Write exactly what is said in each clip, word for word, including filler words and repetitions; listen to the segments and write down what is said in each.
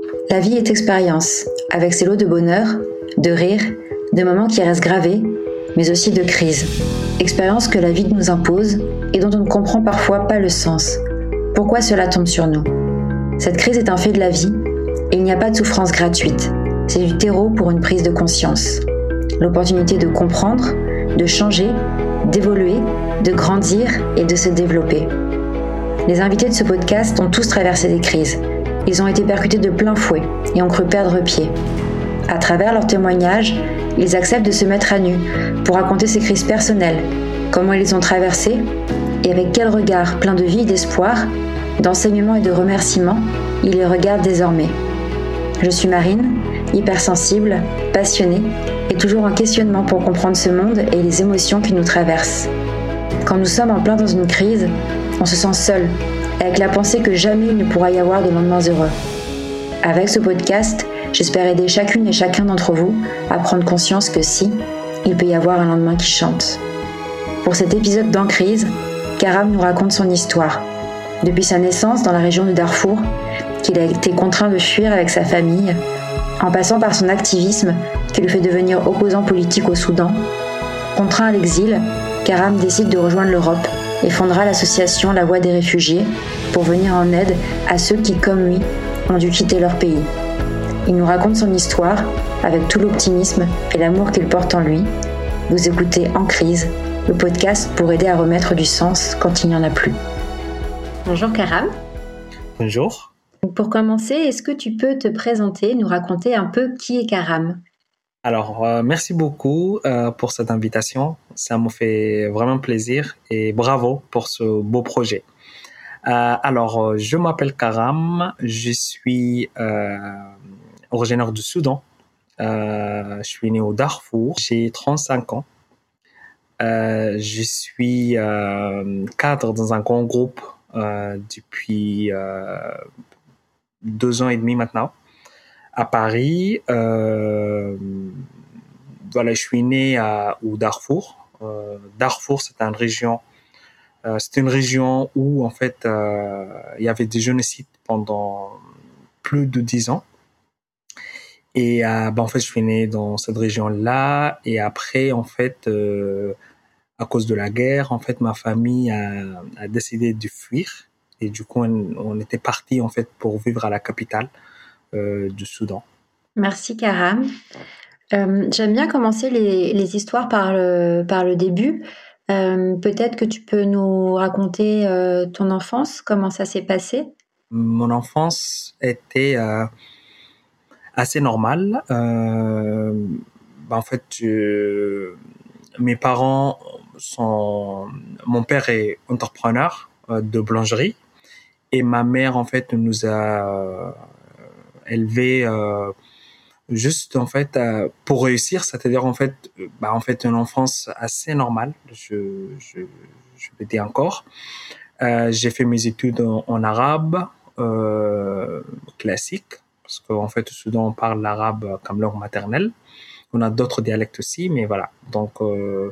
La vie est expérience, avec ses lots de bonheur, de rire, de moments qui restent gravés, mais aussi de crises. Expérience que la vie nous impose et dont on ne comprend parfois pas le sens. Pourquoi cela tombe sur nous ? Cette crise est un fait de la vie et il n'y a pas de souffrance gratuite. C'est du terreau pour une prise de conscience. L'opportunité de comprendre, de changer, d'évoluer, de grandir et de se développer. Les invités de ce podcast ont tous traversé des crises. Ils ont été percutés de plein fouet et ont cru perdre pied. À travers leurs témoignages, ils acceptent de se mettre à nu pour raconter ces crises personnelles, comment ils les ont traversées et avec quel regard plein de vie et d'espoir, d'enseignement et de remerciements, ils les regardent désormais. Je suis Marine, hypersensible, passionnée et toujours en questionnement pour comprendre ce monde et les émotions qui nous traversent. Quand nous sommes en plein dans une crise, on se sent seul, avec la pensée que jamais il ne pourra y avoir de lendemains heureux. Avec ce podcast, j'espère aider chacune et chacun d'entre vous à prendre conscience que si, il peut y avoir un lendemain qui chante. Pour cet épisode d'En Crise, Karam nous raconte son histoire. Depuis sa naissance dans la région de Darfour, qu'il a été contraint de fuir avec sa famille, en passant par son activisme qui le fait devenir opposant politique au Soudan. Contraint à l'exil, Karam décide de rejoindre l'Europe et fondera l'association La Voix des Réfugiés pour venir en aide à ceux qui, comme lui, ont dû quitter leur pays. Il nous raconte son histoire avec tout l'optimisme et l'amour qu'il porte en lui. Vous écoutez En Crise, le podcast pour aider à remettre du sens quand il n'y en a plus. Bonjour Karam. Bonjour. Pour commencer, est-ce que tu peux te présenter, nous raconter un peu qui est Karam ? Alors, euh, merci beaucoup euh, pour cette invitation. Ça me fait vraiment plaisir et bravo pour ce beau projet. Euh, alors, je m'appelle Karam, je suis euh, originaire du Soudan. Euh, je suis né au Darfour, j'ai trente-cinq ans. Euh, je suis euh, cadre dans un grand groupe euh, depuis euh, deux ans et demi maintenant. À Paris, euh, voilà, je suis né à, au Darfour. Euh, Darfour, c'est une région, euh, c'est une région où en fait euh, il y avait des génocides pendant plus de dix ans. Et euh, ben, en fait, je suis né dans cette région-là. Et après, en fait, euh, à cause de la guerre, en fait, ma famille a, a décidé de fuir. Et du coup, on, on était parti en fait pour vivre à la capitale. Euh, du Soudan. Merci Karam. Euh, j'aime bien commencer les, les histoires par le, par le début. Euh, peut-être que tu peux nous raconter euh, ton enfance, comment ça s'est passé ? Mon enfance était euh, assez normale. Euh, bah en fait, je, mes parents sont... Mon père est entrepreneur euh, de boulangerie et ma mère, en fait, nous a... élevé euh, juste en fait euh, pour réussir, c'est-à-dire en fait bah en fait une enfance assez normale, je je je le dis encore. Euh, j'ai fait mes études en, en arabe euh, classique parce qu'en fait au Soudan on parle l'arabe comme langue maternelle. On a d'autres dialectes aussi, mais voilà. Donc euh,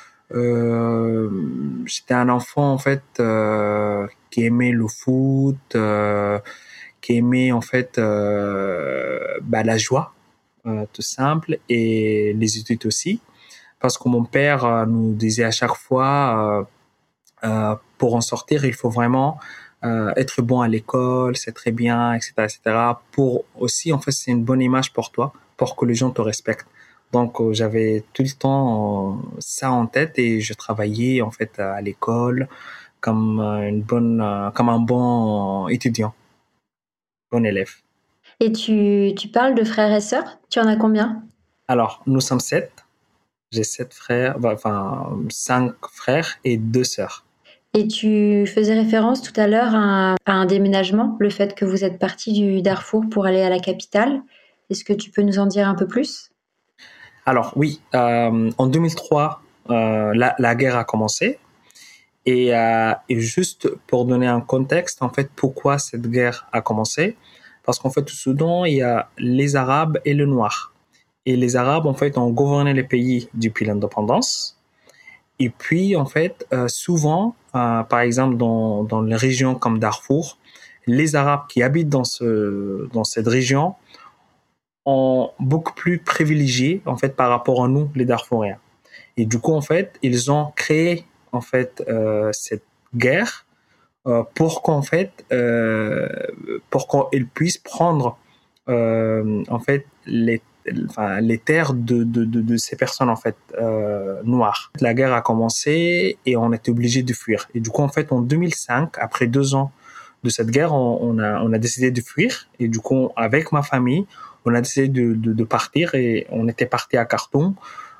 euh, j'étais un enfant en fait euh, qui aimait le foot. Euh, qui aimait en fait euh, bah, la joie, euh, tout simple, et les études aussi, parce que mon père euh, nous disait à chaque fois, euh, euh, pour en sortir, il faut vraiment euh, être bon à l'école, c'est très bien, et cetera, et cetera. Pour aussi, en fait, c'est une bonne image pour toi, pour que les gens te respectent. Donc, euh, j'avais tout le temps euh, ça en tête et je travaillais en fait à l'école comme euh, une bonne, euh, comme un bon étudiant. Bon élève. Et tu, tu parles de frères et sœurs ? Tu en as combien ? Alors, nous sommes sept. J'ai sept frères, enfin cinq frères et deux sœurs. Et tu faisais référence tout à l'heure à un, à un déménagement, le fait que vous êtes parti du Darfour pour aller à la capitale. Est-ce que tu peux nous en dire un peu plus ? Alors oui, euh, en deux mille trois, euh, la, la guerre a commencé. Et, euh, et juste pour donner un contexte, en fait, pourquoi cette guerre a commencé ? Parce qu'en fait, au Soudan, il y a les Arabes et les Noirs. Et les Arabes, en fait, ont gouverné les pays depuis l'indépendance. Et puis, en fait, euh, souvent, euh, par exemple, dans, dans les régions comme Darfour, les Arabes qui habitent dans ce dans cette région ont beaucoup plus privilégié en fait par rapport à nous les Darfouriens. Et du coup en fait ils ont créé en fait euh, cette guerre euh, pour qu'en fait euh, pour qu'ils puissent prendre euh, en fait les enfin les terres de de de, de ces personnes en fait euh, noires. La guerre a commencé et on était obligé de fuir. Et du coup en fait en deux mille cinq, après deux ans de cette guerre, on, on a on a décidé de fuir. Et du coup avec ma famille, on a décidé de de, de partir et on était parti à Khartoum.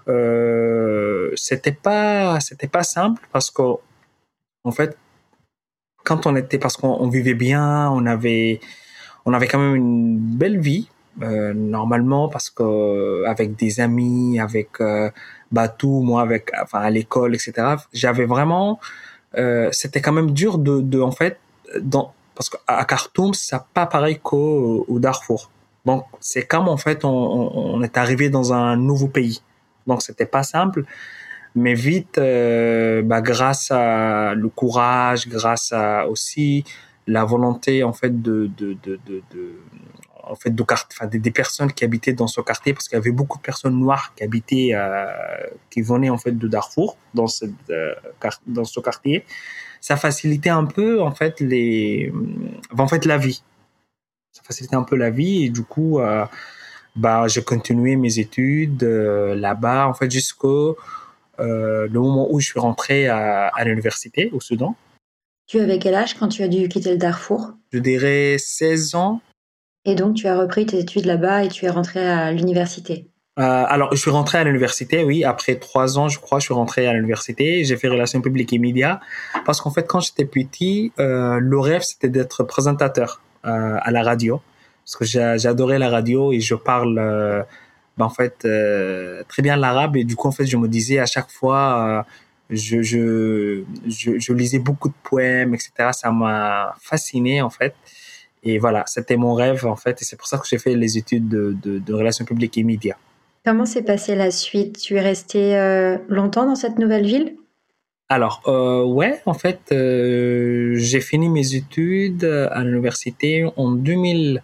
Euh, c'était pas c'était pas simple parce que en fait quand on était parce qu'on on vivait bien, on avait on avait quand même une belle vie euh, normalement parce que euh, avec des amis, avec euh, Batou, moi avec enfin à l'école, et cetera. J'avais vraiment euh, c'était quand même dur de de en fait dans parce qu'à Khartoum c'est pas pareil qu'au au Darfour. Donc c'est comme en fait on, on, on est arrivé dans un nouveau pays. Donc c'était pas simple. Mais vite, euh, bah, grâce à le courage, grâce à aussi la volonté en fait de de de de, de en fait de enfin des, des personnes qui habitaient dans ce quartier parce qu'il y avait beaucoup de personnes noires qui habitaient euh, qui venaient en fait de Darfour dans cette euh, dans ce quartier, ça facilitait un peu en fait les en fait la vie, ça facilitait un peu la vie et du coup euh, bah j'ai continué mes études euh, là-bas en fait jusqu'au Euh, le moment où je suis rentré à, à l'université au Soudan. Tu avais quel âge quand tu as dû quitter le Darfour? Je dirais seize ans. Et donc tu as repris tes études là-bas et tu es rentré à l'université. Euh, alors, je suis rentré à l'université, oui. Après trois ans, je crois, je suis rentré à l'université. J'ai fait relations publiques et médias. Parce qu'en fait, quand j'étais petit, euh, le rêve, c'était d'être présentateur euh, à la radio. Parce que j'ai, j'adorais la radio et je parle, euh, ben, en fait, euh, très bien l'arabe. Et du coup, en fait, je me disais à chaque fois, euh, je, je, je, je lisais beaucoup de poèmes, et cetera. Ça m'a fasciné, en fait. Et voilà, c'était mon rêve, en fait. Et c'est pour ça que j'ai fait les études de, de, de relations publiques et médias. Comment s'est passée la suite? Tu es resté euh, longtemps dans cette nouvelle ville? Alors, euh, ouais, en fait, euh, j'ai fini mes études à l'université en deux mille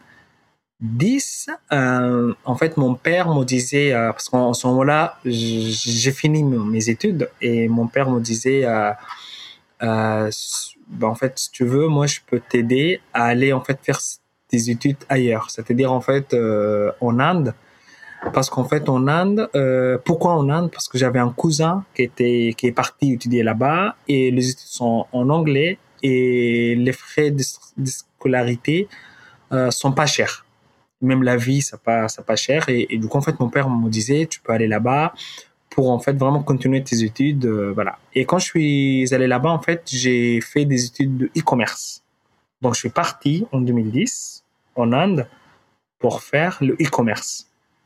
dix. Euh, en fait, mon père me disait, euh, parce qu'en ce moment-là, j- j'ai fini m- mes études et mon père me disait, euh, euh, s- ben, en fait, si tu veux, moi, je peux t'aider à aller en fait faire des études ailleurs, c'est-à-dire en fait euh, en Inde. Parce qu'en fait, en Inde, euh, pourquoi en Inde? Parce que j'avais un cousin qui était qui est parti étudier là-bas et les études sont en anglais et les frais de, de scolarité euh, sont pas chers. Même la vie, ça pas ça pas cher et, et du coup en fait mon père me disait tu peux aller là-bas pour en fait vraiment continuer tes études, euh, voilà. Et quand je suis allé là-bas en fait j'ai fait des études de e-commerce. Donc je suis parti en deux mille dix en Inde pour faire le e-commerce.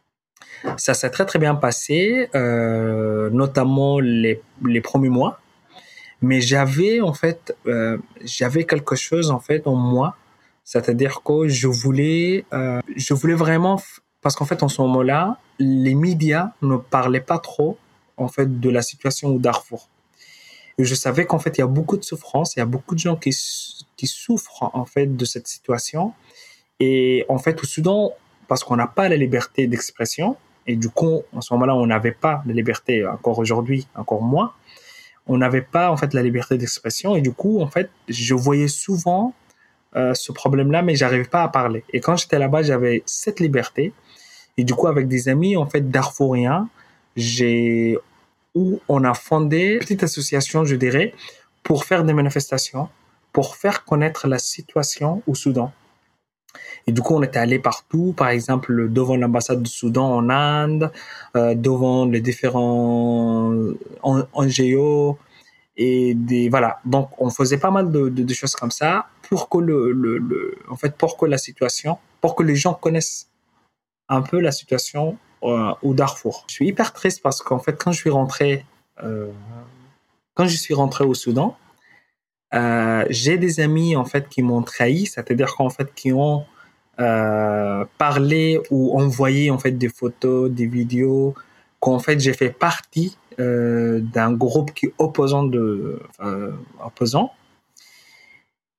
Ça s'est très très bien passé, euh, notamment les, les premiers mois. Mais j'avais en fait, euh, j'avais quelque chose en fait en moi, c'est-à-dire que je voulais, euh, je voulais vraiment, f- parce qu'en fait en ce moment-là, les médias ne parlaient pas trop en fait de la situation au Darfour. Et je savais qu'en fait il y a beaucoup de souffrance, il y a beaucoup de gens qui s- qui souffrent en fait de cette situation. Et en fait, au Soudan, parce qu'on n'a pas la liberté d'expression, et du coup, en ce moment-là, on n'avait pas la liberté, encore aujourd'hui, encore moins, on n'avait pas en fait la liberté d'expression, et du coup, en fait, je voyais souvent euh, ce problème-là, mais j'arrivais pas à parler. Et quand j'étais là-bas, j'avais cette liberté, et du coup, avec des amis en fait darfouriens, j'ai où on a fondé une petite association, je dirais, pour faire des manifestations, pour faire connaître la situation au Soudan. Et du coup, on était allé partout, par exemple devant l'ambassade du Soudan en Inde, euh, devant les différents N G O et des voilà. Donc, on faisait pas mal de, de, de choses comme ça pour que le, le, le, en fait, pour que la situation, pour que les gens connaissent un peu la situation euh, au Darfour. Je suis hyper triste parce qu'en fait, quand je suis rentré, euh, quand je suis rentré au Soudan, euh, j'ai des amis en fait qui m'ont trahi, c'est-à-dire qu'en fait qui ont euh, parler ou envoyer en fait des photos, des vidéos, qu'en fait j'ai fait partie euh, d'un groupe qui est opposant de euh, opposant.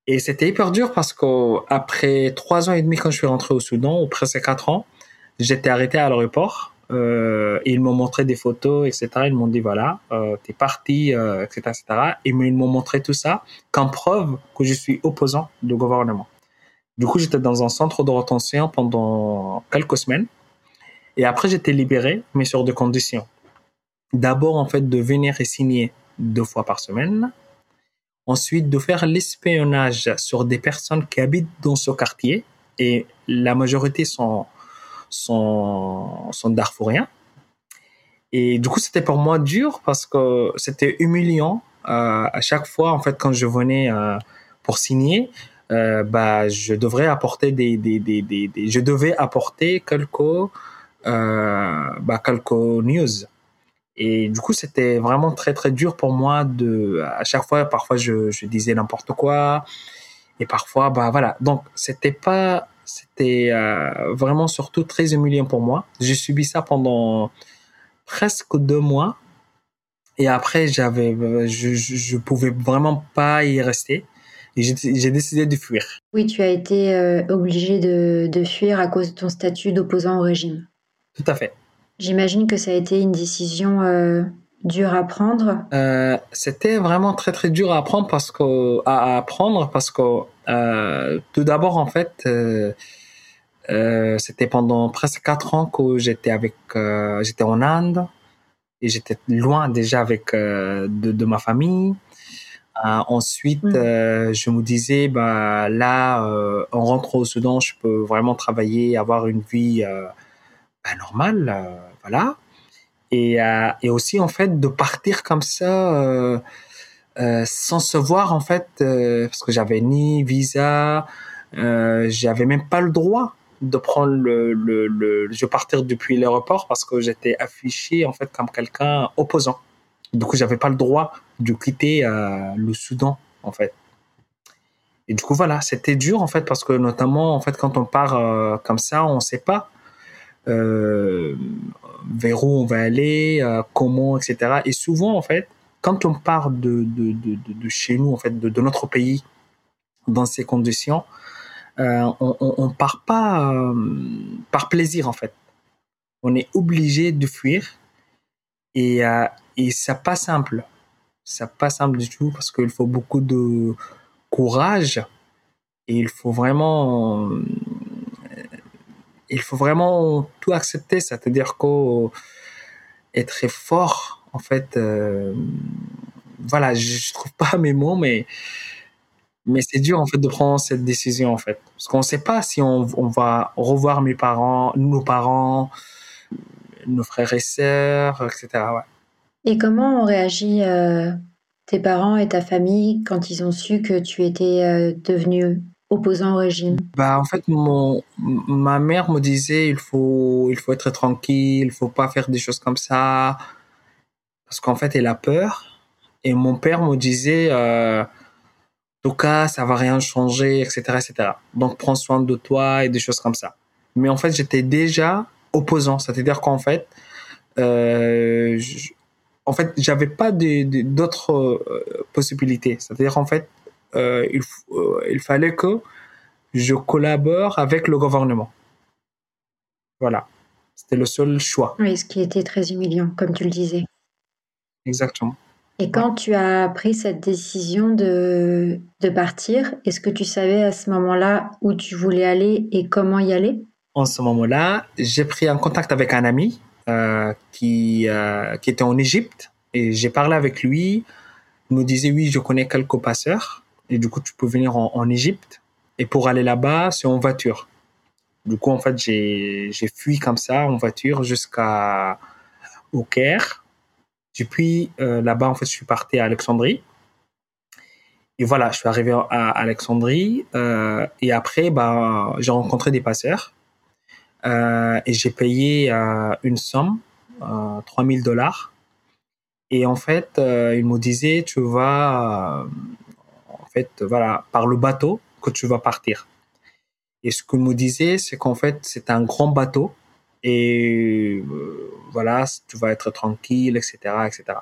Et c'était hyper dur parce qu'après trois ans et demi, quand je suis rentré au Soudan, ou presque quatre ans, j'étais arrêté à l'aéroport. Euh, et ils m'ont montré des photos, et cetera. Ils m'ont dit, voilà, euh, t'es parti, euh, et cetera, et cetera. Et ils m'ont montré tout ça comme preuve que je suis opposant du gouvernement. Du coup, j'étais dans un centre de rétention pendant quelques semaines. Et après, j'étais libéré, mais sur deux conditions. D'abord, en fait, de venir et signer deux fois par semaine. Ensuite, de faire l'espionnage sur des personnes qui habitent dans ce quartier. Et la majorité sont, sont, sont darfouriens. Et du coup, c'était pour moi dur parce que c'était humiliant. Euh, à chaque fois, en fait, quand je venais euh, pour signer, euh, bah, je devrais apporter des, des, des, des, des je devais apporter quelques, euh, bah, quelques news. Et du coup, c'était vraiment très, très dur pour moi de, à chaque fois, parfois, je, je disais n'importe quoi. Et parfois, bah, voilà. Donc, c'était pas, c'était euh, vraiment surtout très humiliant pour moi. J'ai subi ça pendant presque deux mois. Et après, j'avais, je, je, je pouvais vraiment pas y rester. Et j'ai, j'ai décidé de fuir. Oui, tu as été euh, obligé de, de fuir à cause de ton statut d'opposant au régime. Tout à fait. J'imagine que ça a été une décision euh, dure à prendre. Euh, c'était vraiment très très dur à apprendre parce que à apprendre parce que euh, tout d'abord en fait euh, euh, c'était pendant presque quatre ans que j'étais avec euh, j'étais en Inde et j'étais loin déjà avec euh, de, de ma famille. Euh, ensuite, mmh. euh, je me disais, bah là, euh, en rentrant au Soudan, je peux vraiment travailler, avoir une vie euh, bah, normale, euh, voilà. Et, euh, et aussi en fait de partir comme ça, euh, euh, sans se voir en fait, euh, parce que j'avais ni visa, euh, j'avais même pas le droit de prendre le, le, le, je partir depuis l'aéroport parce que j'étais affiché en fait comme quelqu'un opposant. Du coup, j'avais pas le droit de quitter euh, le Soudan, en fait. Et du coup, voilà, c'était dur, en fait, parce que notamment, en fait, quand on part euh, comme ça, on sait pas euh, vers où on va aller, euh, comment, et cetera. Et souvent, en fait, quand on part de, de, de, de, de chez nous, en fait, de, de notre pays, dans ces conditions, euh, on, on, on part pas euh, par plaisir, en fait. On est obligé de fuir et, euh, et c'est pas simple. C'est pas simple du tout parce qu'il faut beaucoup de courage et il faut vraiment, il faut vraiment tout accepter. C'est-à-dire qu'être très fort, en fait, euh, voilà, je, je trouve pas mes mots, mais mais c'est dur en fait de prendre cette décision en fait, parce qu'on sait pas si on, on va revoir mes parents, nos parents, nos frères et sœurs, et cetera. Ouais. Et comment ont réagi euh, tes parents et ta famille quand ils ont su que tu étais euh, devenu opposant au régime? Bah en fait mon ma mère me disait il faut il faut être tranquille, il faut pas faire des choses comme ça parce qu'en fait elle a peur. Et mon père me disait euh, en tout cas ça va rien changer, et cetera, et cetera. Donc prends soin de toi et des choses comme ça. Mais en fait j'étais déjà opposant, c'est-à-dire qu'en fait euh, je, en fait j'avais pas de, de, d'autres euh, possibilités. C'est-à-dire en fait euh, il, euh, il fallait que je collabore avec le gouvernement. Voilà. C'était le seul choix. Oui, ce qui était très humiliant, comme tu le disais. Exactement. Et quand ouais. tu as pris cette décision de, de partir, est-ce que tu savais à ce moment-là où tu voulais aller et comment y aller? En ce moment-là, j'ai pris en contact avec un ami euh, qui, euh, qui était en Égypte et j'ai parlé avec lui. Il me disait, oui, je connais quelques passeurs et du coup, tu peux venir en, en Égypte. Et pour aller là-bas, c'est en voiture. Du coup, en fait, j'ai, j'ai fui comme ça en voiture jusqu'à au Caire. Depuis euh, là-bas, en fait, je suis parti à Alexandrie. Et voilà, je suis arrivé à Alexandrie. Euh, et après, bah, j'ai rencontré des passeurs. Euh, et j'ai payé euh, une somme, euh, trois mille dollars. Et en fait, euh, ils me disaient, tu vas, euh, en fait, voilà, par le bateau que tu vas partir. Et ce qu'ils me disaient, c'est qu'en fait, c'est un grand bateau. Et euh, voilà, tu vas être tranquille, et cetera, et cetera.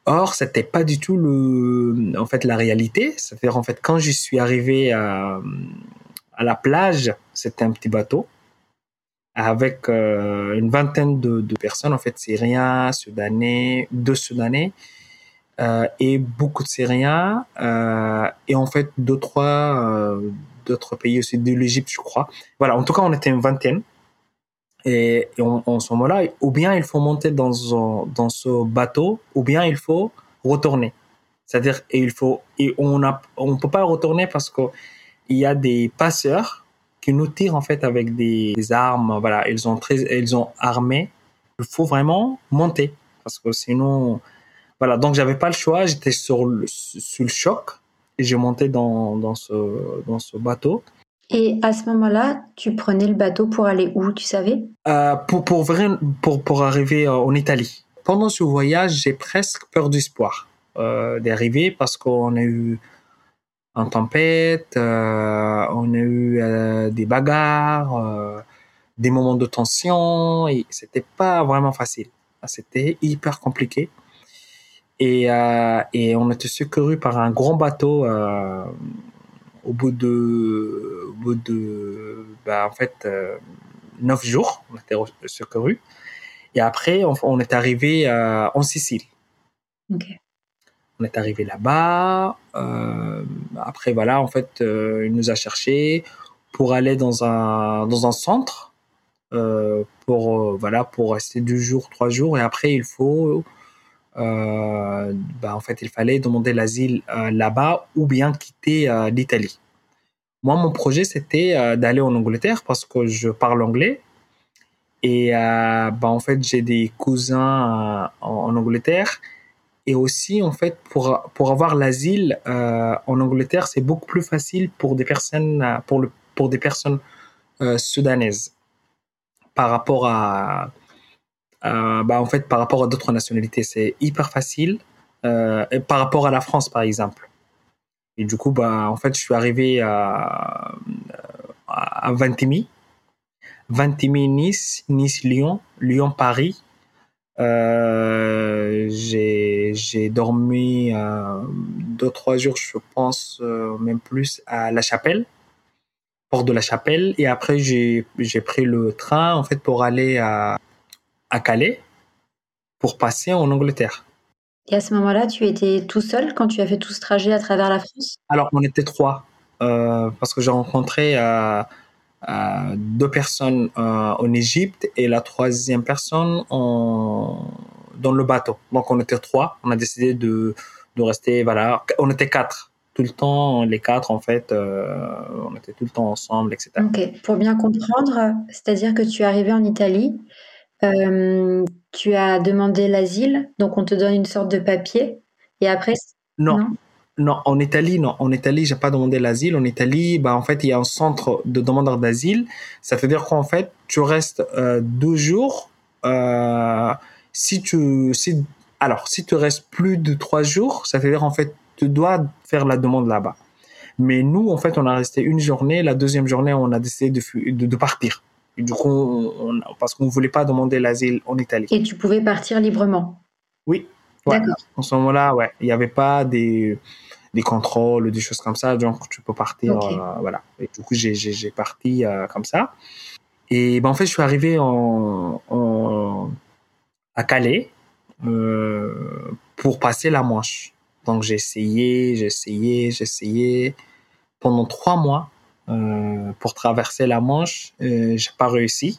Or, c'était pas du tout le, en fait, la réalité. C'est-à-dire, en fait, quand je suis arrivé à, à la plage, c'était un petit bateau avec euh, une vingtaine de, de personnes, en fait, Syriens, Soudanais, deux Soudanais, euh, et beaucoup de Syriens, euh, et en fait, deux, trois, euh, d'autres pays aussi, de l'Égypte, je crois. Voilà, en tout cas, on était une vingtaine. Et, et en, en ce moment-là, ou bien il faut monter dans, un- dans ce bateau, ou bien il faut retourner. C'est-à-dire, et il faut, et on a, on peut pas retourner parce que il y a des passeurs qui nous tirent en fait avec des, des armes. Voilà, ils ont très, ils ont armé. Il faut vraiment monter parce que sinon, voilà. Donc j'avais pas le choix. J'étais sur le, sur le choc et j'ai monté dans, dans ce, dans ce bateau. Et à ce moment-là, tu prenais le bateau pour aller où, tu savais? Euh, pour, pour, vrai, pour, pour arriver euh, en Italie. Pendant ce voyage, j'ai presque peur d'espoir euh, d'arriver parce qu'on a eu une tempête, euh, on a eu euh, des bagarres, euh, des moments de tension, et c'était pas vraiment facile. C'était hyper compliqué. Et, euh, et on était secouru par un grand bateau euh, au bout de, au bout de, bah, en fait, euh, neuf jours, on était secouru. Et après, on, on est arrivé euh, en Sicile. Okay. On est arrivé là-bas. Euh, après, voilà, en fait, euh, il nous a cherchés pour aller dans un dans un centre euh, pour euh, voilà pour rester deux jours, trois jours. Et après, il faut, euh, bah, en fait, il fallait demander l'asile euh, là-bas ou bien quitter euh, l'Italie. Moi, mon projet, c'était euh, d'aller en Angleterre parce que je parle anglais. Et euh, bah, en fait, j'ai des cousins euh, en, en Angleterre. Et aussi, en fait, pour, pour avoir l'asile euh, en Angleterre, c'est beaucoup plus facile pour des personnes, euh, pour le, pour des personnes euh, soudanaises par rapport à, à, bah, en fait, par rapport à d'autres nationalités. C'est hyper facile euh, et par rapport à la France, par exemple. Et du coup, bah, en fait, je suis arrivé à, à Vintimille, Vintimille, Nice, Nice, Lyon, Lyon, Paris. Euh, j'ai j'ai dormi euh, deux trois jours, je pense, euh, même plus à La Chapelle, port de La Chapelle, et après j'ai j'ai pris le train en fait pour aller à à Calais pour passer en Angleterre. Et à ce moment-là, tu étais tout seul quand tu as fait tout ce trajet à travers la France? Alors on était trois euh, parce que j'ai rencontré euh, euh, deux personnes euh, en Égypte et la troisième personne en dans le bateau. Donc on était trois. On a décidé de de rester. Voilà, on était quatre tout le temps. Les quatre en fait, euh, on était tout le temps ensemble, et cetera. Ok. Pour bien comprendre, c'est-à-dire que tu es arrivé en Italie, euh, tu as demandé l'asile, donc on te donne une sorte de papier, et après, Non, non? non, en Italie, non. En Italie, j'ai pas demandé l'asile. En Italie, bah, en fait, il y a un centre de demandeurs d'asile. Ça veut dire qu'en fait, tu restes euh, deux jours. Euh, si tu, si, alors, si tu restes plus de trois jours, ça veut dire en fait, tu dois faire la demande là-bas. Mais nous, en fait, on a resté une journée. La deuxième journée, on a décidé de, fu- de, de partir. Et du coup, on, on- parce qu'on voulait pas demander l'asile en Italie. Et tu pouvais partir librement. Oui, ouais. D'accord. En ce moment-là, ouais, il n'y avait pas des des contrôles, des choses comme ça, donc tu peux partir, Ok. euh, voilà. Et du coup, j'ai, j'ai, j'ai parti euh, comme ça. Et ben, en fait, je suis arrivé en, en, à Calais euh, pour passer la Manche. Donc, j'ai essayé, j'ai essayé, j'ai essayé pendant trois mois euh, pour traverser la Manche. Euh, j'ai pas réussi.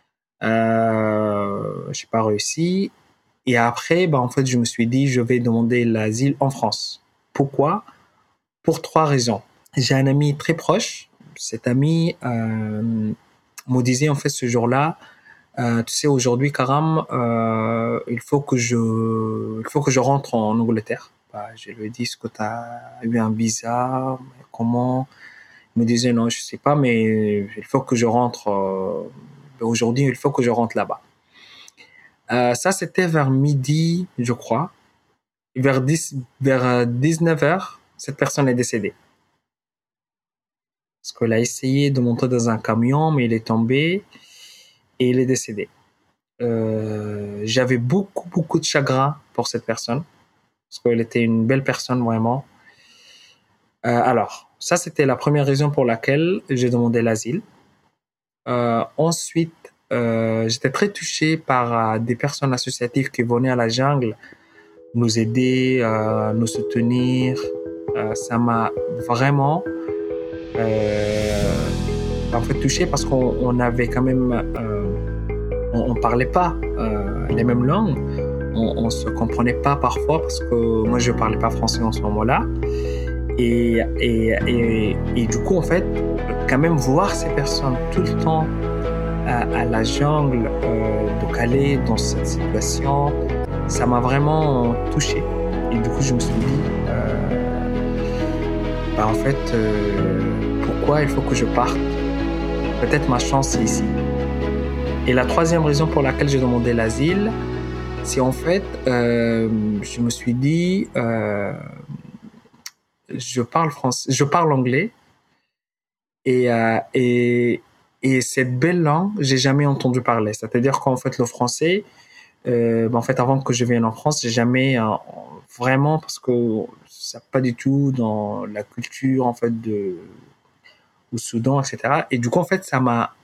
Euh, j'ai pas réussi. Et après, ben, en fait, je me suis dit, je vais demander l'asile en France. Pourquoi? Pour trois raisons. J'ai un ami très proche. Cet ami euh, me disait en fait ce jour-là, euh, tu sais aujourd'hui Karam, euh, il faut que je, il faut que je rentre en Angleterre. Bah, je lui ai dit, est-ce que tu as eu un visa? Comment? Il me disait non, je sais pas, mais il faut que je rentre. Euh, aujourd'hui, il faut que je rentre là-bas. Euh, ça, c'était vers midi, je crois. Vers dix, vers dix-neuf heures, cette personne est décédée. Parce qu'il a essayé de monter dans un camion, mais il est tombé et il est décédé. Euh, j'avais beaucoup, beaucoup de chagrin pour cette personne. parce qu'elle était une belle personne vraiment. Euh, alors, ça c'était la première raison pour laquelle j'ai demandé l'asile. Euh, ensuite, euh, j'étais très touché par euh, des personnes associatives qui venaient à la jungle nous aider, euh, nous soutenir. Euh, ça m'a vraiment euh, en fait touché parce qu'on on avait quand même, euh, on, on parlait pas euh, les mêmes langues, on, on se comprenait pas parfois parce que moi je parlais pas français en ce moment-là. Et, et, et, et du coup, en fait, quand même voir ces personnes tout le temps à, à la jungle euh, de Calais dans cette situation, ça m'a vraiment touché. Et du coup, je me suis dit, euh, bah en fait, euh, pourquoi il faut que je parte? Peut-être ma chance c'est ici. Et la troisième raison pour laquelle j'ai demandé l'asile, c'est en fait, euh, je me suis dit, euh, je parle français, je parle anglais. Et, euh, et, et cette belle langue, j'ai jamais entendu parler. C'est-à-dire qu'en fait, le français, euh, ben en fait, avant que je vienne en France, j'ai jamais euh, vraiment, parce que c'est pas du tout dans la culture, en fait, de, au Soudan, et cetera. Et du coup, en fait, ça m'a,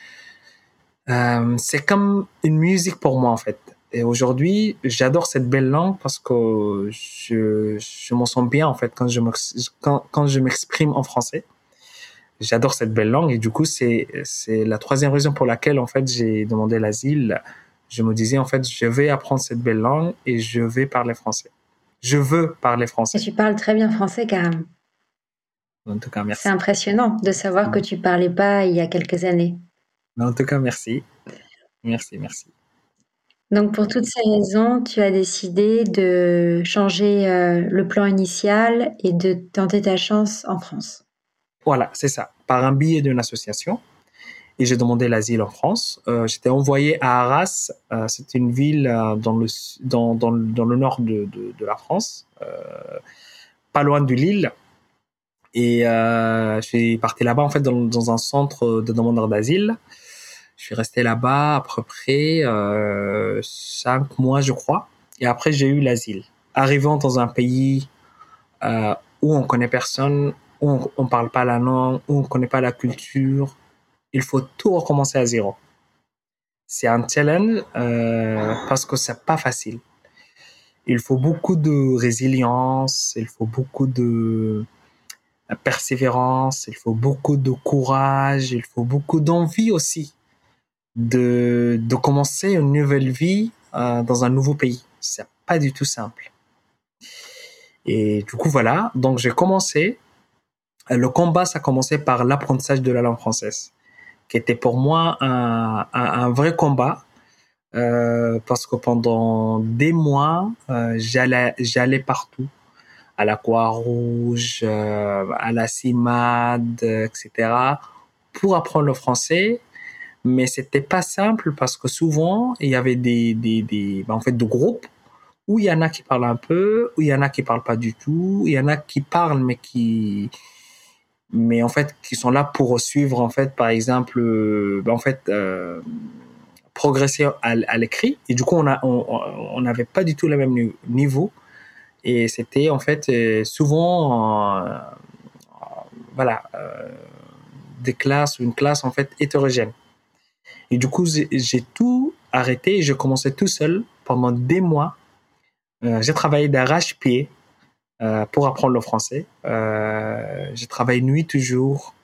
euh, c'est comme une musique pour moi, en fait. Et aujourd'hui, j'adore cette belle langue parce que je, je m'en sens bien, en fait, quand je quand, quand je m'exprime en français. J'adore cette belle langue et du coup, c'est, c'est la troisième raison pour laquelle, en fait, j'ai demandé l'asile. Je me disais, en fait, je vais apprendre cette belle langue et je vais parler français. Je veux parler français. Et tu parles très bien français, Karam. En tout cas, merci. C'est impressionnant de savoir que tu parlais pas il y a quelques années. En tout cas, merci. Merci, merci. Donc, pour toutes ces raisons, tu as décidé de changer euh, le plan initial et de tenter ta chance en France. Voilà, c'est ça. Par un billet d'une association. Et j'ai demandé l'asile en France. Euh, j'étais envoyé à Arras. Euh, c'est une ville euh, dans, le, dans, dans, dans le nord de, de, de la France, euh, pas loin de Lille. Et euh, je suis parti là-bas en fait dans, dans un centre de demandeurs d'asile. Je suis resté là-bas à peu près euh, cinq mois, je crois. Et après, j'ai eu l'asile. Arrivant dans un pays euh, où on connaît personne, où on, on parle pas la langue, où on connaît pas la culture, il faut tout recommencer à zéro. C'est un challenge euh, parce que c'est pas facile. Il faut beaucoup de résilience, il faut beaucoup de persévérance, il faut beaucoup de courage, il faut beaucoup d'envie aussi de, de commencer une nouvelle vie euh, dans un nouveau pays. C'est pas du tout simple. Et du coup, voilà. Donc, j'ai commencé. Le combat, ça a commencé par l'apprentissage de la langue française, qui était pour moi un, un, un vrai combat. Euh, parce que pendant des mois, euh, j'allais, j'allais partout, à la Croix-Rouge, euh, à la CIMAD, et cetera, pour apprendre le français. Mais c'était pas simple parce que souvent, il y avait des, des, des, ben en fait, de groupes où il y en a qui parlent un peu, où il y en a qui parlent pas du tout, il y en a qui parlent mais qui, mais en fait, qui sont là pour suivre, en fait, par exemple, ben en fait, euh, progresser à, à l'écrit. Et du coup, on a, on, on n'avait pas du tout le même niveau. Et c'était, en fait, souvent, euh, voilà, euh, des classes, une classe, en fait, hétérogène. Et du coup, j'ai, j'ai tout arrêté et j'ai commencé tout seul pendant des mois. Euh, j'ai travaillé d'arrache-pied euh, pour apprendre le français. Euh, j'ai travaillé nuit toujours.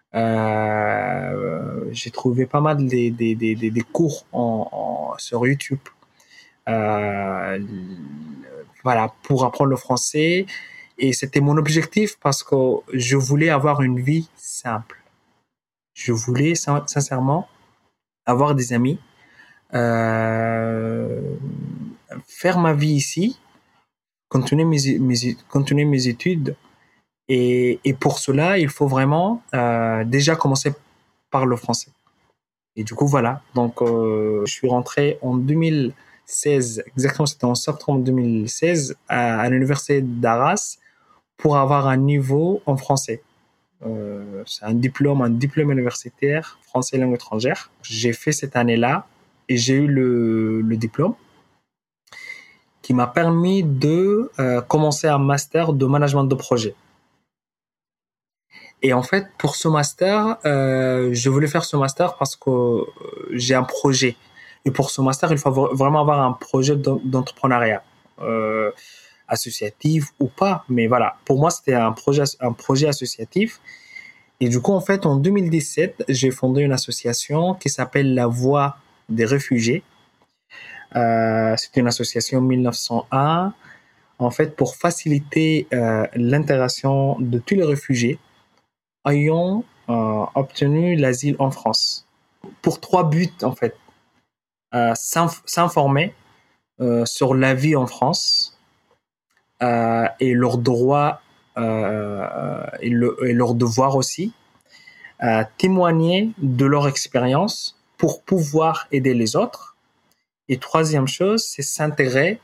Euh, j'ai trouvé pas mal des, des, des, des cours en, en, sur YouTube. Euh, voilà, pour apprendre le français. Et c'était mon objectif parce que je voulais avoir une vie simple. Je voulais sincèrement avoir des amis, euh, faire ma vie ici, continuer mes, mes, continuer mes études. Et, et pour cela, il faut vraiment euh, déjà commencer par le français. Et du coup, voilà. Donc, euh, je suis rentré en deux mille seize, exactement, c'était en septembre deux mille seize, à, à l'université d'Arras pour avoir un niveau en français. Euh, c'est un diplôme, un diplôme universitaire, français et langue étrangère. J'ai fait cette année-là et j'ai eu le, le diplôme. qui m'a permis de euh, commencer un master de management de projet. Et en fait, pour ce master, euh, je voulais faire ce master parce que j'ai un projet. Et pour ce master, il faut vraiment avoir un projet d'entrepreneuriat, euh, associatif ou pas. Mais voilà, pour moi, c'était un projet, un projet associatif. Et du coup, en fait, en deux mille dix-sept, j'ai fondé une association qui s'appelle La Voix des réfugiés. Euh, c'est une association mille neuf cent un, en fait, pour faciliter euh, l'intégration de tous les réfugiés ayant euh, obtenu l'asile en France. Pour trois buts, en fait. Euh, s'informer euh, sur la vie en France euh, et leurs droits euh, et, le, et leurs devoirs aussi. Euh, témoigner de leur expérience pour pouvoir aider les autres. Et troisième chose, c'est s'intégrer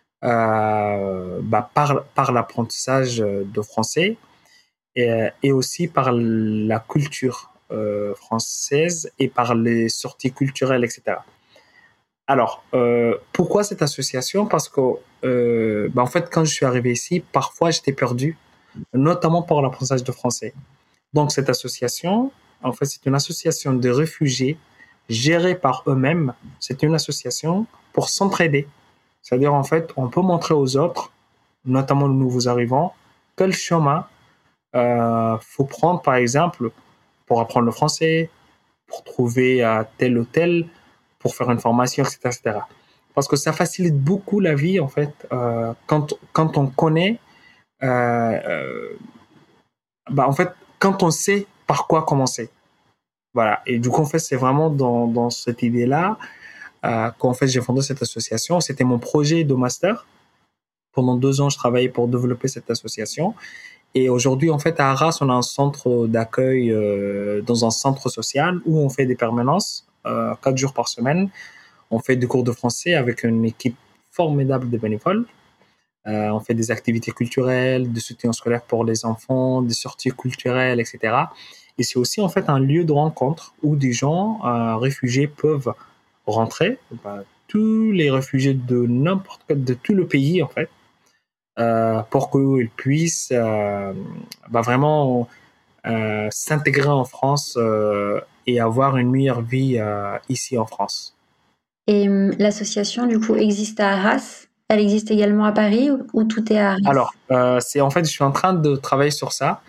euh, bah, par, par l'apprentissage de français et, et aussi par la culture euh, française et par les sorties culturelles, et cetera. Alors, euh, pourquoi cette association? Parce que, euh, bah, en fait, quand je suis arrivé ici, parfois j'étais perdu, notamment par l'apprentissage de français. Donc, cette association, en fait, c'est une association de réfugiés gérée par eux-mêmes. C'est une association pour s'entraider. C'est-à-dire, en fait, on peut montrer aux autres, notamment aux nouveaux arrivants, quel chemin euh, faut prendre, par exemple, pour apprendre le français, pour trouver euh, tel ou tel, pour faire une formation, et cetera, et cetera. Parce que ça facilite beaucoup la vie, en fait, euh, quand, quand on connaît, euh, euh, bah, en fait, quand on sait par quoi commencer. Voilà. Et du coup, en fait, c'est vraiment dans, dans cette idée-là euh, qu'en fait, j'ai fondé cette association. C'était mon projet de master. Pendant deux ans, je travaillais pour développer cette association. Et aujourd'hui, en fait, à Arras, on a un centre d'accueil euh, dans un centre social où on fait des permanences euh, quatre jours par semaine. On fait des cours de français avec une équipe formidable de bénévoles. Euh, on fait des activités culturelles, de soutien scolaire pour les enfants, des sorties culturelles, et cetera. Et c'est aussi en fait un lieu de rencontre où des gens euh, réfugiés peuvent rentrer. Bah, tous les réfugiés de n'importe quel, de tout le pays en fait, euh, pour qu'ils puissent euh, bah, vraiment euh, s'intégrer en France euh, et avoir une meilleure vie euh, ici en France. Et euh, l'association, du coup, existe à Arras? Elle existe également à Paris ou, ou tout est à Arras? Alors, euh, c'est en fait, je suis en train de travailler sur ça.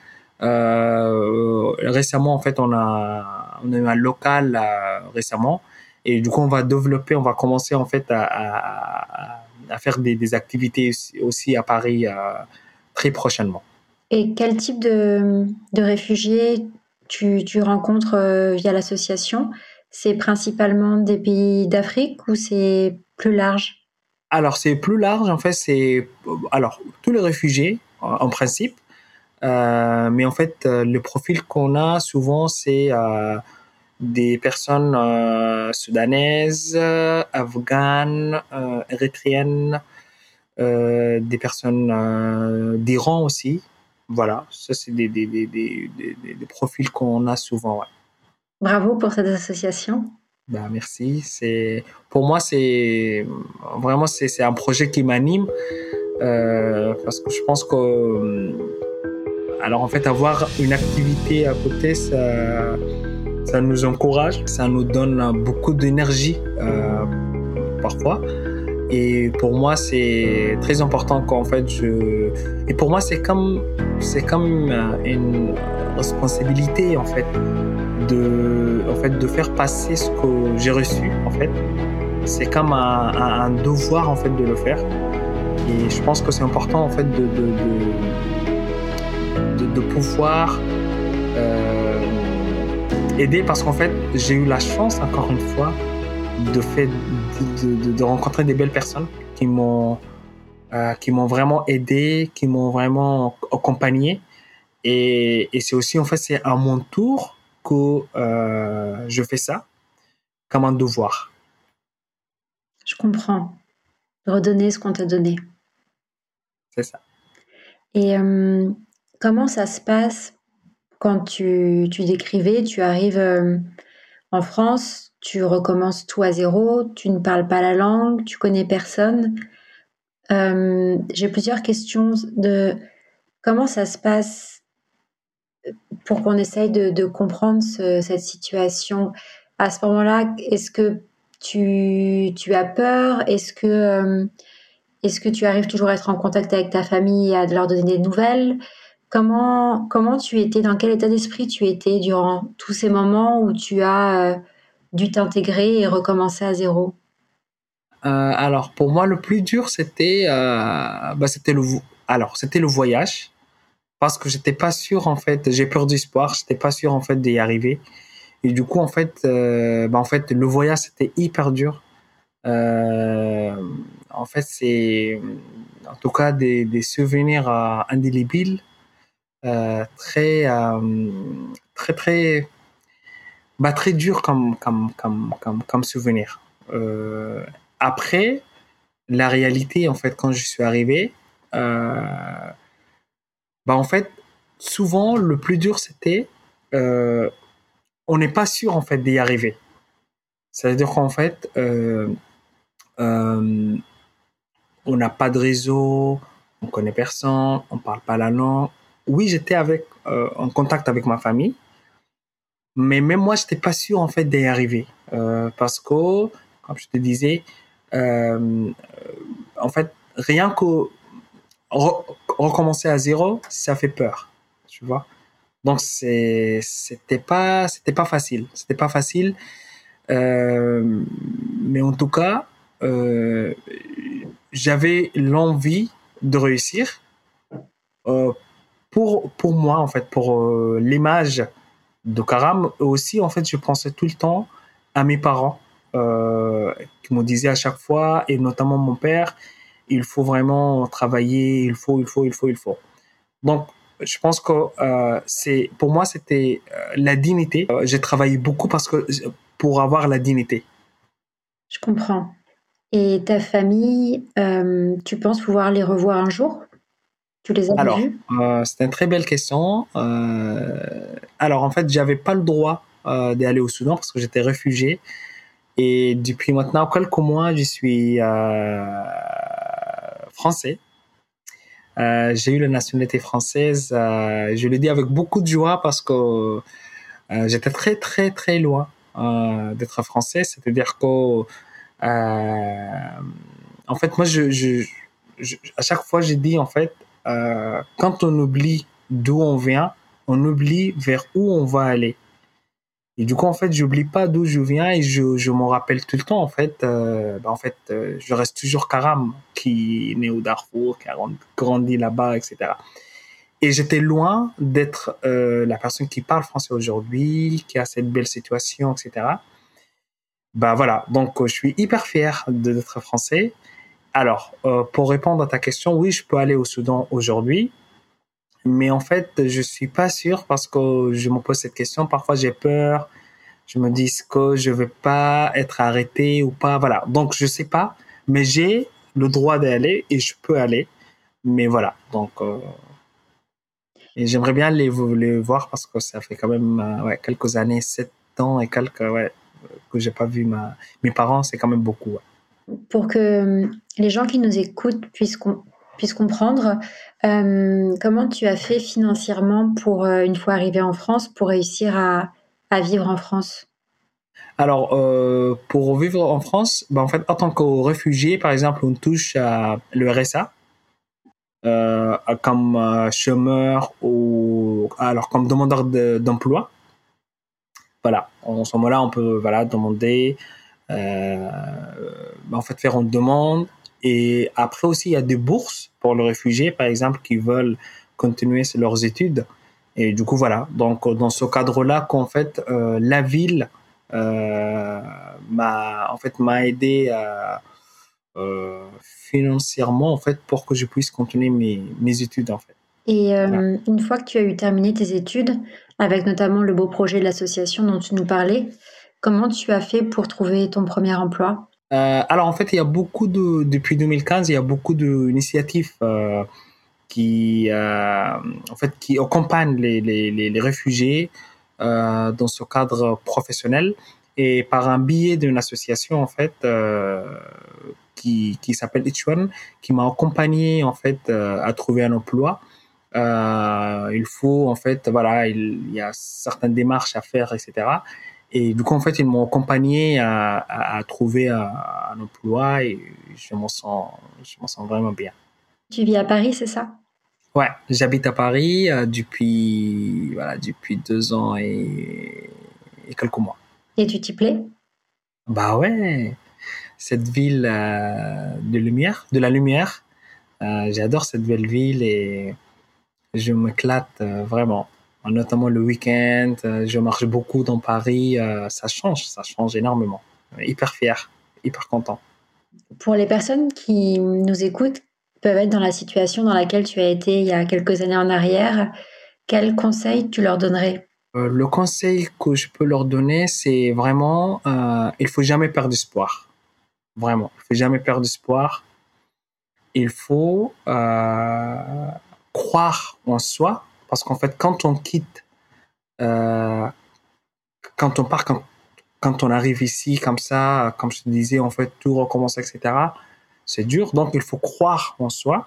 Euh, récemment, en fait, on a, on a eu un local euh, récemment, et du coup, on va développer, on va commencer en fait à, à, à faire des, des activités aussi à Paris euh, très prochainement. Et quel type de, de réfugiés tu, tu rencontres euh, via l'association? C'est principalement des pays d'Afrique ou c'est plus large? Alors, c'est plus large, en fait, c'est alors tous les réfugiés en, en principe, euh, mais en fait, euh, le profil qu'on a souvent, c'est euh, des personnes euh, soudanaises, euh, afghanes, euh, érythréennes, euh, des personnes euh, d'Iran aussi. Voilà, ça c'est des, des, des, des, des, des profils qu'on a souvent. Ouais. Bravo pour cette association. Ben, merci. C'est pour moi c'est vraiment c'est, c'est un projet qui m'anime euh, parce que je pense que alors en fait avoir une activité à côté ça ça nous encourage, ça nous donne beaucoup d'énergie euh, parfois. Et pour moi, c'est très important qu'en fait je. Et pour moi, c'est comme c'est comme une responsabilité en fait de en fait de faire passer ce que j'ai reçu en fait. C'est comme un, un, un devoir en fait de le faire. Et je pense que c'est important en fait de de de, de, de pouvoir euh, aider parce qu'en fait j'ai eu la chance encore une fois de fait de, de, de rencontrer des belles personnes qui m'ont euh, qui m'ont vraiment aidé, qui m'ont vraiment accompagné et, et c'est aussi en fait c'est à mon tour que euh, je fais ça comme un devoir. Je comprends. Redonner ce qu'on t'a donné. C'est ça. Et euh, comment ça se passe quand tu, tu décrivais, tu arrives euh, en France, tu recommences tout à zéro, tu ne parles pas la langue, tu connais personne. Euh, j'ai plusieurs questions de comment ça se passe pour qu'on essaye de, de comprendre ce- cette situation. À ce moment-là, est-ce que tu, tu as peur? Est-ce que, euh, est-ce que tu arrives toujours à être en contact avec ta famille et à leur donner des nouvelles? Comment, comment tu étais, dans quel état d'esprit tu étais durant tous ces moments où tu as euh, dû t'intégrer et recommencer à zéro? Euh, alors, pour moi, le plus dur, c'était, euh, bah, c'était le, vo- alors, c'était le voyage, parce que j'étais pas sûr, en fait, j'ai peur du sport, j'étais pas sûr, en fait, d'y arriver. Et du coup, en fait, euh, bah, en fait, le voyage, c'était hyper dur. Euh, en fait, c'est, en tout cas, des, des souvenirs euh, indélébiles, euh, très, euh, très, très, bah, très dur comme, comme, comme, comme, comme souvenir. Euh, après, la réalité, en fait, quand je suis arrivé, euh, bah, en fait, souvent, le plus dur, c'était, euh, on n'est pas sûr, en fait, d'y arriver. C'est-à-dire qu'en fait, euh, euh, on n'a pas de réseau, on connaît personne, on parle pas la langue. Oui, j'étais avec, euh, en contact avec ma famille, mais même moi, j'étais pas sûr, en fait, d'y arriver. Euh, parce que, comme je te disais, euh, en fait, rien que re- recommencer à zéro, ça fait peur, tu vois. Donc c'est c'était pas c'était pas facile, c'était pas facile. Euh, mais en tout cas, euh, j'avais l'envie de réussir euh, pour pour moi en fait, pour euh, l'image de Karam. Aussi en fait, je pensais tout le temps à mes parents euh, qui me disaient à chaque fois, et notamment mon père, il faut vraiment travailler, il faut il faut il faut il faut. Donc, je pense que euh, c'est pour moi c'était euh, la dignité. Euh, j'ai travaillé beaucoup parce que pour avoir la dignité. Je comprends. Et ta famille, euh, tu penses pouvoir les revoir un jour? Tu les as Alors, revus? euh, c'est une très belle question. Euh, alors, en fait, j'avais pas le droit euh, d'aller au Soudan parce que j'étais réfugié. Et depuis maintenant quelques mois, je suis euh, français. Euh, j'ai eu la nationalité française. Euh, je le dis avec beaucoup de joie parce que euh, j'étais très très très loin euh, d'être français. C'est-à-dire que Euh, en fait, moi, je, je, je- à chaque fois, j'ai dit, en fait, euh, quand on oublie d'où on vient, on oublie vers où on va aller. Et du coup, en fait, j'oublie pas d'où je viens et je, je m'en rappelle tout le temps. En fait, euh, bah, en fait, euh, je reste toujours Karam, qui est né au Darfour, qui a grandi là-bas, et cetera. Et j'étais loin d'être euh, la personne qui parle français aujourd'hui, qui a cette belle situation, et cetera. Bah voilà, donc euh, je suis hyper fier de- d'être français. Alors, euh, pour répondre à ta question, oui, je peux aller au Soudan aujourd'hui, mais en fait, je suis pas sûr parce que je me pose cette question. Parfois, j'ai peur. Je me dis que je vais pas être arrêté ou pas. Voilà. Donc, je sais pas, mais j'ai le droit d'aller et je peux aller. Mais voilà. Donc, euh, et j'aimerais bien les, les voir parce que ça fait quand même euh, ouais, quelques années, sept ans et quelques, ouais, que j'ai pas vu ma, mes parents. C'est quand même beaucoup. Ouais. Pour que euh, les gens qui nous écoutent puissent, com- puissent comprendre, euh, comment tu as fait financièrement pour, euh, une fois arrivé en France, pour réussir à, à vivre en France? Alors, euh, pour vivre en France, ben en fait, en tant que réfugié, par exemple, on touche à le R S A euh, comme euh, chômeur ou alors comme demandeur de- d'emploi. Voilà, en ce moment-là, on peut voilà demander, euh, ben, en fait, faire une demande. Et après aussi, il y a des bourses pour les réfugiés, par exemple, qui veulent continuer leurs études. Et du coup, voilà. Donc, dans ce cadre-là, qu'en fait, euh, la ville euh, m'a en fait m'a aidé à, euh, financièrement en fait pour que je puisse continuer mes, mes études en fait. Et Voilà. euh, une fois que tu as eu terminé tes études, avec notamment le beau projet de l'association dont tu nous parlais, comment tu as fait pour trouver ton premier emploi? Euh, alors en fait, il y a beaucoup de depuis deux mille quinze, il y a beaucoup d'initiatives euh, qui euh, en fait qui accompagnent les, les, les, les réfugiés euh, dans ce cadre professionnel. Et par un biais d'une association, en fait, euh, qui, qui s'appelle Each One, qui m'a accompagné, en fait, euh, à trouver un emploi. Euh, il faut, en fait, voilà, il, il y a certaines démarches à faire, et cetera. Et du coup, en fait, ils m'ont accompagné à, à, à trouver un, un emploi et je m'en sens, je m'en sens vraiment bien. Tu vis à Paris, c'est ça? Ouais, j'habite à Paris euh, depuis, voilà, depuis deux ans et, et quelques mois. Et tu t'y plais? Bah ouais, cette ville euh, de lumière, de la lumière, euh, j'adore cette belle ville et je m'éclate euh, vraiment. Notamment le week-end, euh, je marche beaucoup dans Paris, euh, ça change, ça change énormément. Hyper fier, hyper content. Pour les personnes qui nous écoutent, peuvent être dans la situation dans laquelle tu as été il y a quelques années en arrière, quels conseils tu leur donnerais? Euh, le conseil que je peux leur donner, c'est vraiment, euh, il faut jamais perdre espoir. Vraiment, il faut jamais perdre espoir. Il faut euh, croire en soi, parce qu'en fait, quand on quitte, euh, quand on part, quand, quand on arrive ici comme ça, comme je te disais, en fait, tout recommence, et cetera. C'est dur, donc il faut croire en soi.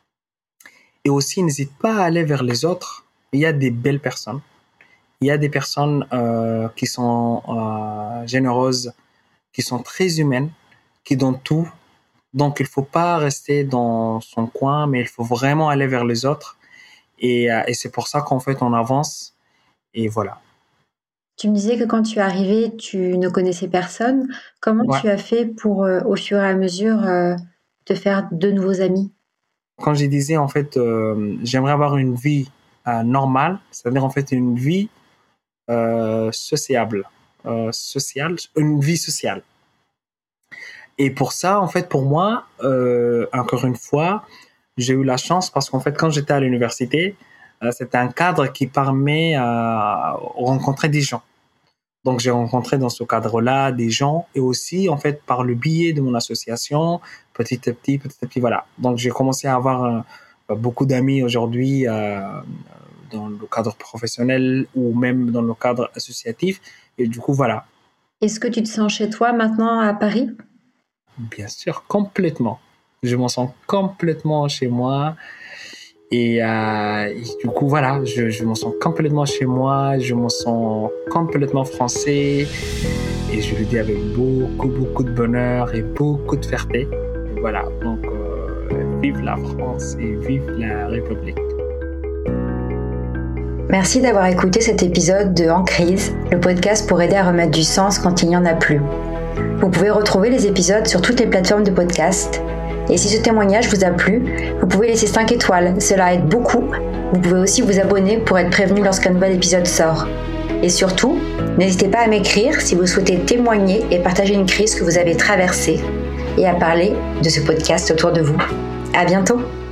Et aussi, n'hésite pas à aller vers les autres. Il y a des belles personnes. Il y a des personnes euh, qui sont euh, généreuses, qui sont très humaines, qui donnent tout. Donc, il faut pas rester dans son coin, mais il faut vraiment aller vers les autres. Et, euh, et c'est pour ça qu'en fait, on avance. Et voilà. Tu me disais que quand tu es arrivé, tu ne connaissais personne. Comment Ouais. tu as fait pour, euh, au fur et à mesure, euh, te faire de nouveaux amis? Quand je disais, en fait, euh, j'aimerais avoir une vie euh, normale, c'est-à-dire, en fait, une vie euh, sociable, euh, sociale, une vie sociale. Et pour ça, en fait, pour moi, euh, encore une fois, j'ai eu la chance parce qu'en fait, quand j'étais à l'université, euh, c'était un cadre qui permet à rencontrer des gens. Donc, j'ai rencontré dans ce cadre-là des gens et aussi, en fait, par le biais de mon association, petit à petit, petit à petit, voilà. Donc, j'ai commencé à avoir euh, beaucoup d'amis aujourd'hui euh, dans le cadre professionnel ou même dans le cadre associatif. Et du coup, voilà. Est-ce que tu te sens chez toi maintenant à Paris? Bien sûr, complètement. Je m'en sens complètement chez moi. Et, euh, et du coup, voilà, je, je m'en sens complètement chez moi. Je m'en sens complètement français. Et je le dis avec beaucoup, beaucoup de bonheur et beaucoup de fierté. Et voilà, donc euh, vive la France et vive la République. Merci d'avoir écouté cet épisode de En Crise, le podcast pour aider à remettre du sens quand il n'y en a plus. Vous pouvez retrouver les épisodes sur toutes les plateformes de podcast. Et si ce témoignage vous a plu, vous pouvez laisser cinq étoiles, cela aide beaucoup. Vous pouvez aussi vous abonner pour être prévenu lorsqu'un nouvel épisode sort. Et surtout, n'hésitez pas à m'écrire si vous souhaitez témoigner et partager une crise que vous avez traversée et à parler de ce podcast autour de vous. À bientôt!